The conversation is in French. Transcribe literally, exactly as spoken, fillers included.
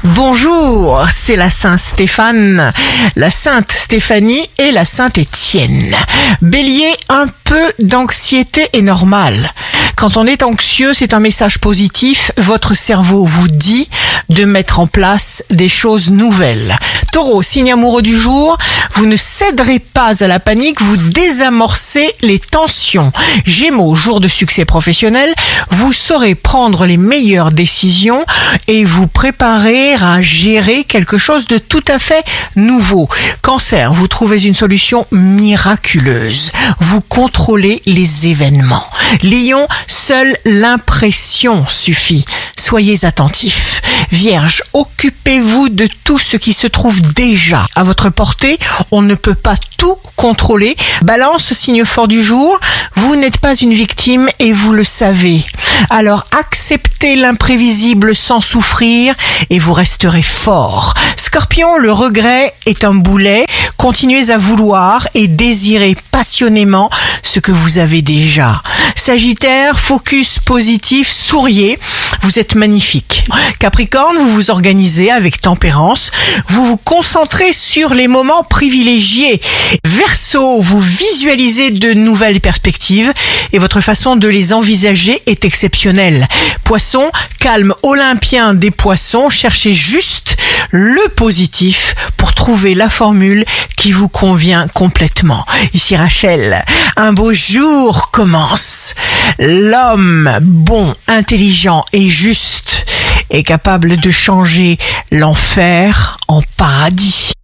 Bonjour, c'est la Sainte Stéphane, la Sainte Stéphanie et la Sainte Étienne. Bélier, un peu d'anxiété est normal. Quand on est anxieux, c'est un message positif. Votre cerveau vous dit de mettre en place des choses nouvelles. Taureau, signe amoureux du jour, vous ne céderez pas à la panique, vous désamorcez les tensions. Gémeaux, jour de succès professionnel, vous saurez prendre les meilleures décisions et vous préparer à gérer quelque chose de tout à fait nouveau. Cancer, vous trouvez une solution miraculeuse. Vous contrôlez les événements. Lion, seule l'impression suffit. Soyez attentifs. Vierge, occupez-vous de tout ce qui se trouve déjà à votre portée. On ne peut pas tout contrôler. Balance, signe fort du jour, vous n'êtes pas une victime et vous le savez. Alors acceptez l'imprévisible sans souffrir et vous resterez fort. Scorpion, le regret est un boulet. Continuez à vouloir et désirez passionnément ce que vous avez déjà. Sagittaire, focus positif, souriez. Vous êtes magnifique. Capricorne, vous vous organisez avec tempérance. Vous vous concentrez sur les moments privilégiés. Verseau, vous visualisez de nouvelles perspectives et votre façon de les envisager est exceptionnelle. Poisson, calme olympien des poissons, cherchez juste le positif pour trouver la formule qui vous convient complètement. Ici Rachel, un beau jour commence. L'homme bon, intelligent et juste est capable de changer l'enfer en paradis.